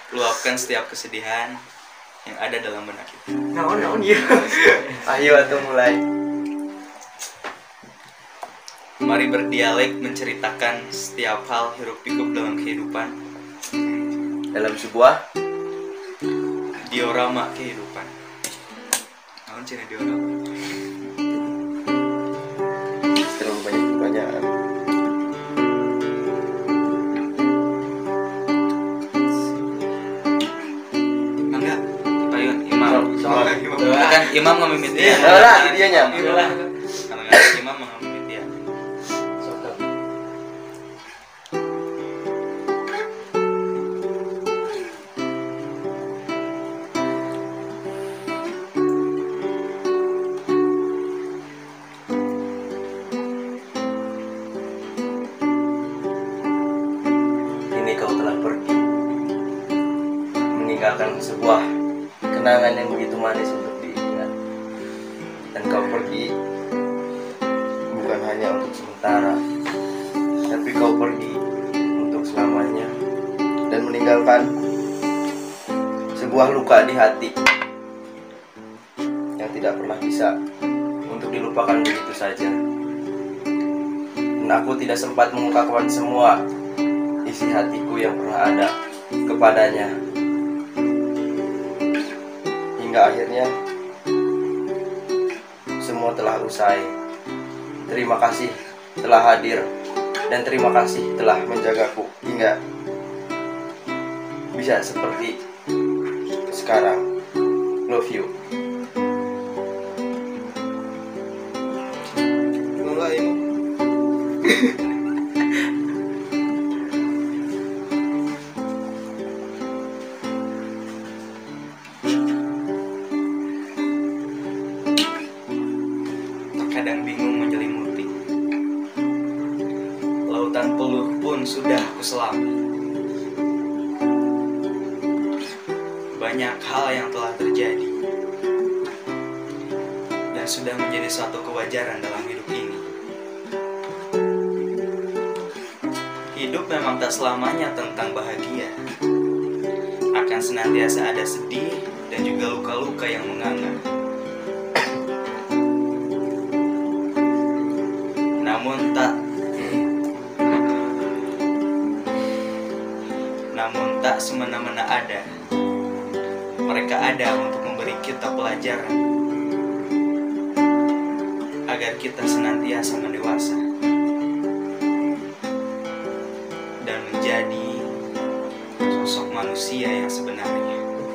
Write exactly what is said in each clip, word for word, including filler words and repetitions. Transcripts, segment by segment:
luapkan setiap kesedihan yang ada dalam benak kita. Naon naon ya. Ayo atuh mulai. Mari berdialek menceritakan setiap hal hiruk pikuk dalam kehidupan, Dalam sebuah diorama kehidupan. Naon cina diorama? terlalu banyak pertanyaan. Mangga, payun imam. Soalnya Itu kan imam ngamimit dia. Iya lah, dia nya. Karena kan imam ngamimit dia. Kini kau telah pergi, meninggalkan sebuah kenangan yang begitu manis untuk diingat. Dan kau pergi bukan hanya untuk sementara, tapi kau pergi untuk selamanya dan meninggalkan sebuah luka di hati yang tidak pernah bisa untuk dilupakan begitu saja. Dan aku tidak sempat mengungkapkan semua isi hatiku yang pernah ada kepadanya, hingga akhirnya semua telah usai. Terima kasih telah hadir dan terima kasih telah menjagaku hingga bisa seperti sekarang. Love you. Mulai imam. Terkadang bingung menyelimuti, lautan peluh pun sudah kuselami. Banyak hal yang telah terjadi dan sudah menjadi suatu kewajaran dalam hidup ini. Hidup memang tak selamanya tentang bahagia. Akan senantiasa ada sedih dan juga luka-luka yang menganga. Namun tak Namun tak semena-mena ada. Mereka ada untuk memberi kita pelajaran agar kita senantiasa mendewasa dan menjadi sosok manusia yang sebenarnya.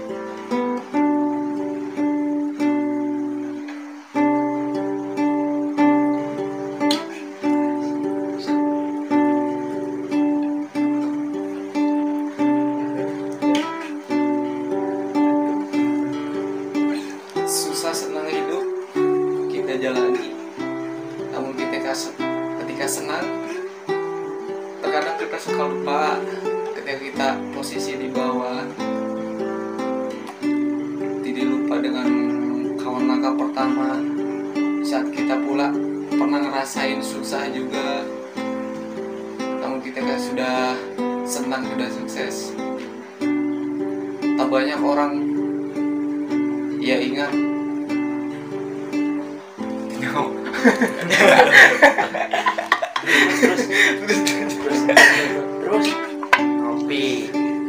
Susah senang hidup kita jalani, namun kita kas- ketika senang terkadang kita suka lupa ketika kita posisi di bawah. Tidak lupa dengan kawan langkah pertama saat kita pula pernah ngerasain susah juga, namun kita kan sudah senang, sudah sukses. Tak banyak orang ya ingat. No. Terus terus terus terus ngopi.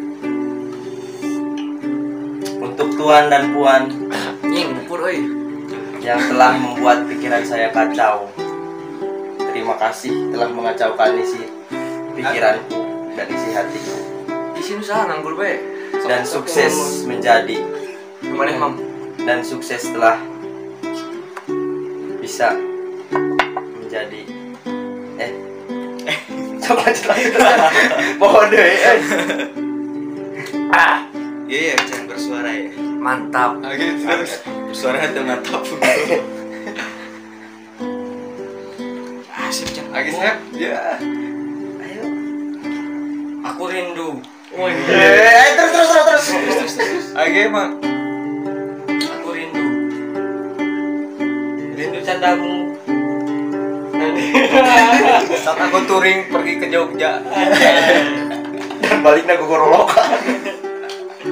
Untuk tuan dan puan Nying, pur euy. yang telah membuat pikiran saya kacau, terima kasih telah mengacaukan isi pikiranku dan isi hatiku. Di sini usaha nganggur bae. Dan sukses menjadi Gimana, Mam? dan sukses telah bisa menjadi eh eh coba jelaskan pohon deh eh Ah, iya ya, jangan bersuara ya. Mantap. Oke, terus bersuara itu mantap. Ah, sip, jangan. Lagi siap? Ya. ayo Aku rindu. eh terus terus terus terus Terus terus. Oke, Mak. Aku rindu. Rindu candamu. Saat aku touring pergi ke Jogja. dan baliknya gue gorolokan.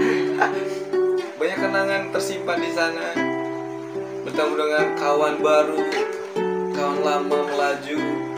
tersimpan di sana. Bertemu dengan kawan baru, kawan lama melaju.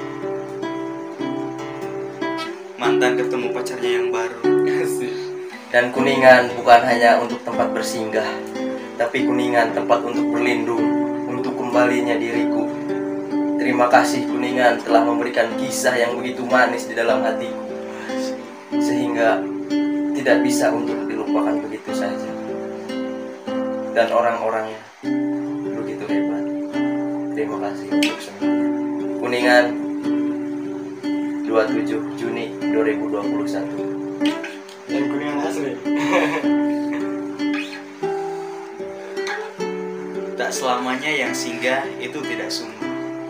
Mantan ketemu pacarnya yang baru. Asik. Dan Kuningan bukan hanya untuk tempat bersinggah, tapi Kuningan tempat untuk berlindung, untuk kembalinya diriku. Terima kasih Kuningan telah memberikan kisah yang begitu manis di dalam hatiku, sehingga tidak bisa untuk dilupakan begitu saja. Dan orang-orangnya begitu hebat. Terima kasih untuk semuanya. Kuningan, dua puluh tujuh Juni dua ribu dua puluh satu. Dan Kuningan asli. Tak selamanya yang singgah itu tidak sungguh.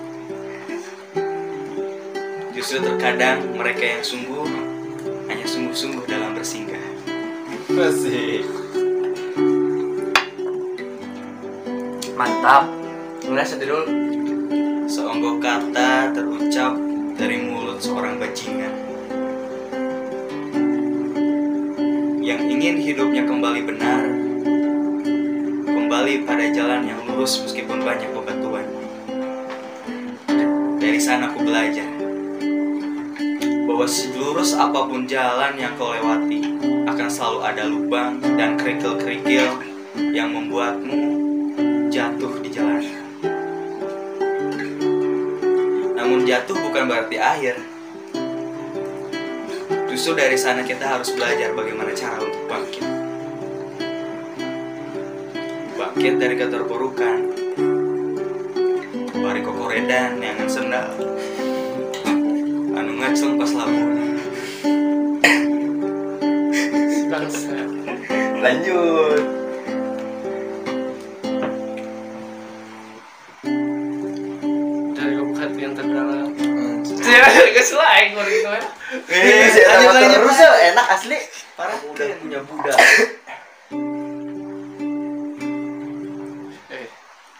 Justru terkadang mereka yang sungguh hanya sungguh-sungguh dalam bersinggah. Asik. Mantap. Mulai sedulur. Seonggok kata terucap dari mulut seorang bajingan yang ingin hidupnya kembali benar, kembali pada jalan yang lurus meskipun banyak bebatuan. Dari sana aku belajar bahwa selurus apapun jalan yang kau lewati akan selalu ada lubang dan kerikil-kerikil yang membuatmu jatuh di jalan. Namun jatuh bukan berarti akhir. Justru dari sana kita harus belajar bagaimana cara untuk bangkit. Bangkit dari keterpurukan. Bari kokoredan neangan sendal. Anu ngacung pas lamun. Lanjut. Dari lubuk hati yang terdalam. Ya, Keselai gue gitu ya. Eh, si lanjut, Rama lanjut, terus lanjut. ya, enak asli. Parah Udah punya budak. Eh.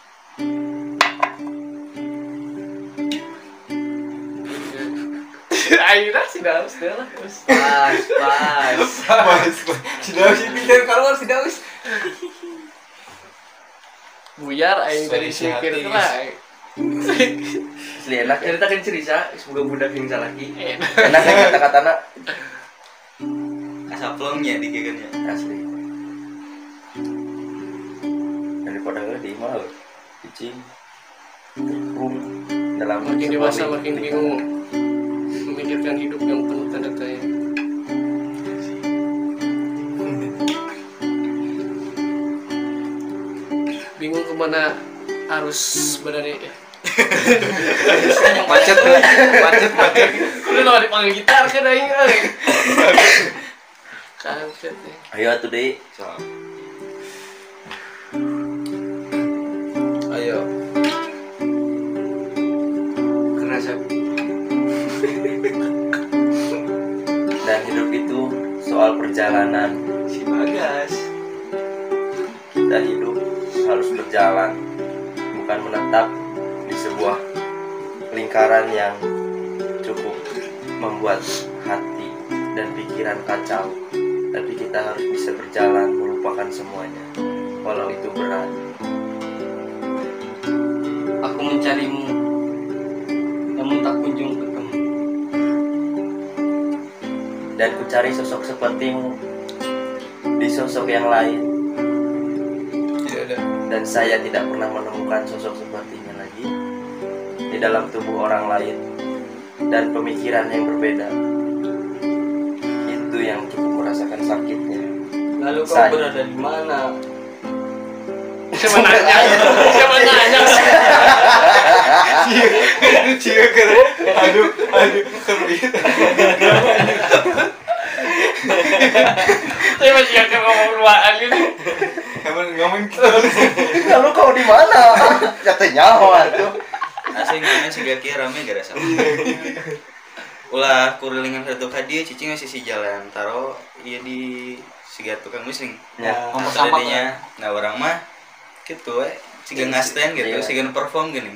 Akhirnya sih dalam sudah lah terus. Pas, pas. Sudah sih pindah keluar sudah wis. Buyar aing Sorry, dari sipir hati. terai. Asli enak. Ya. Cerita kan cerita, semoga budak yang salah lagi. Enak ya kata-katana. asaplongnya digegennya. Asli. Daripada nggak di mal, kucing, rum dalam Makin dewasa sebuah makin lingkungan. bingung memikirkan hidup yang penuh tanda tanya. Bingung kemana harus berani. Macet tuh. Macet macet. Udah lo dipanggil gitar kan aing euy. Kaget ya. Ayo atuh deh. Ayo. Kena saya. Dan hidup itu soal perjalanan. Si Bagas. Kita hidup harus berjalan, bukan menetap di sebuah lingkaran yang cukup membuat hati dan pikiran kacau. Tapi kita harus bisa berjalan melupakan semuanya, walau itu berat. Aku mencarimu, namun tak kunjung ketemu. Dan ku cari sosok sepertimu di sosok yang lain. Tidak ada. Dan saya tidak pernah menemukan sosok sepertinya lagi di dalam tubuh orang lain dan pemikiran yang berbeda. Itu yang cukup merasakan sakitnya. Lalu kau Saya. berada di mana? Siapa nanya? Siapa nanya? Cia keren. Aduh, aduh, keren. Saya masih akan ngomong luaan ini. Emang ngomong kita. Lalu kau di mana? Katanya tuh. Asing namanya si Gaki rame gara sama. Ulah kurilingan satu kadi cicing masih si jalan taro iya di siga tukang musling. Ya. Ngomong Nah, sama tadinya, nah orang mah gitu we, siga ngasten gitu, Iya. siga perform gini.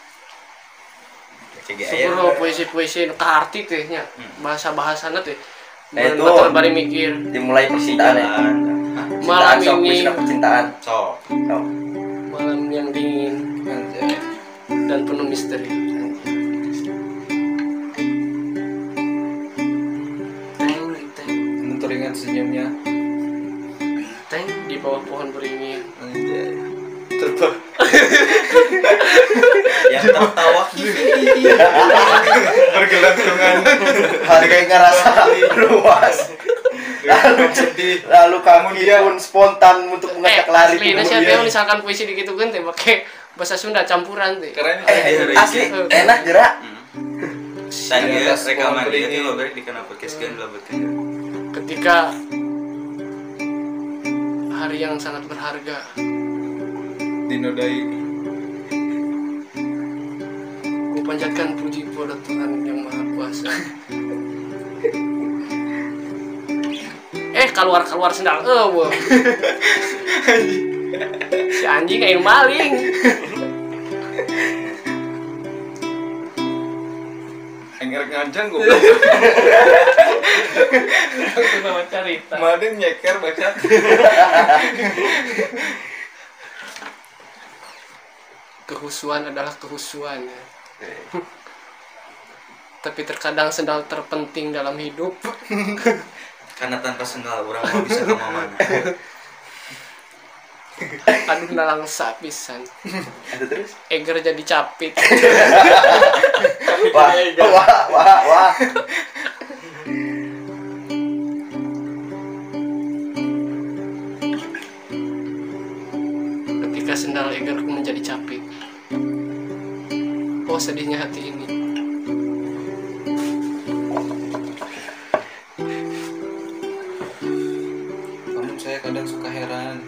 Siga Syukur aya. lo puisi-puisi nu kaarti teh nya. Hmm. Bahasa-bahasana teh. Nah, itu. Betul bari mikir. Dimulai percintaan ya. Jalan. percintaan, sok ini. wis percintaan. Sok. Sok. Malam yang dingin Anjay. dan penuh misteri. Teng, teng, Kamu teringat senyumnya. teng di bawah pohon beringin. Anjay. Terbang. Yang tertawa bergelantungan. Harga ngerasa luas. Lalu sedih. lalu kaki pun spontan untuk mengajak lari. Asli, nah ke siapa dunia. yang misalkan puisi gitu kan teh pakai bahasa Sunda campuran teh. Keren. Eh, asli enak gerak. Tadi Di ya atas rekaman pohon dia beringin. tuh balik di kanal podcast kan lah betul. Ketika hari yang sangat berharga, Dinodai. ku panjatkan puji pada Tuhan yang Maha Kuasa. Eh keluar keluar sendal, eh wah. Si anjing kayak maling. Enger ngancang goblok. Itu nama cerita. Kemarin nyeker baca. Kehusuan adalah kehusuan. Ya. Tapi terkadang sendal terpenting dalam hidup. Karena tanpa sendal orang mau bisa kemana-mana. Aduh nalangsa pisan. Ada terus. Eger jadi capit. Wah, wah, wah, wah. Ketika sendal Egerku menjadi capit. Oh sedihnya hati ini. Namun saya kadang suka heran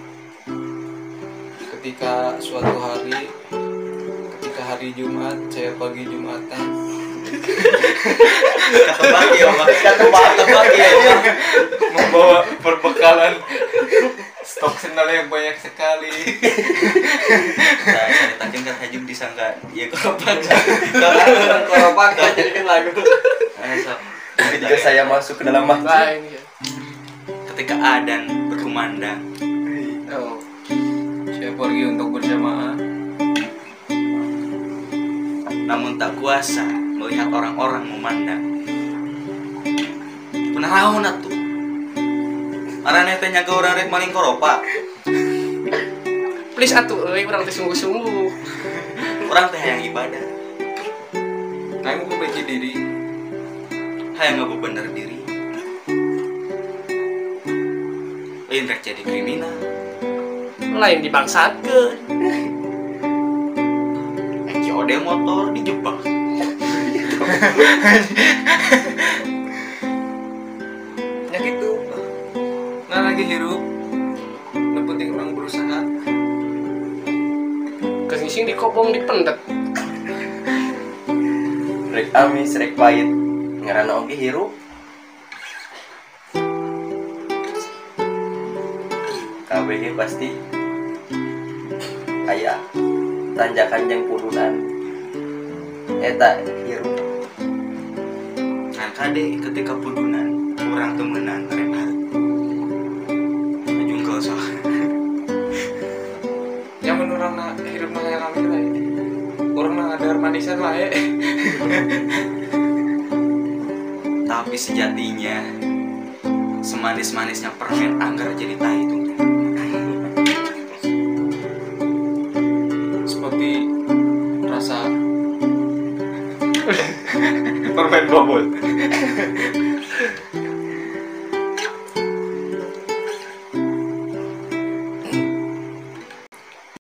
ketika suatu hari, ketika hari Jumat, saya pagi Jumatan, Ketebak ya, Mas. Ketebak. Ketebak ya, Mas. membawa perbekalan stok sendal yang banyak sekali. Nah, ceritakan kan Hajum disangka ya koropak. Koropak jadikan lagu. Ayo, sok. Ketika saya masuk ke dalam masjid. Lain ya. Ketika adzan berkumandang, Oh. Saya pergi untuk berjamaah. namun tak kuasa melihat orang-orang memandang. Penarawan atuh. Marane teh nyaga urang rek maling koropa. Please atuh euy urang teh sungguh-sungguh. Urang teh hayang ibadah, Kamu perbaiki diri. hayang ngabebener diri. Lain rek jadi kriminal. Lain dibangsatkeun. Eki ode motor dijebak. Ya gitu. Nah lagi hirup. Yang penting orang berusaha. Kesing dikobong dipendet. Rek amis, rek pahit. Ngarana oge hirup. K B G pasti kayak tanjakan yang purunan. Eta hirup. Kan kade ketika pudunan urang temenan renat. Jungkel sok. Yang menurut na hirup na yang kami lah. Orang na ada manisan lah ya. Tapi sejatinya semanis-manisnya permen anggar jadi tai itu. Seperti rasa permen bobot.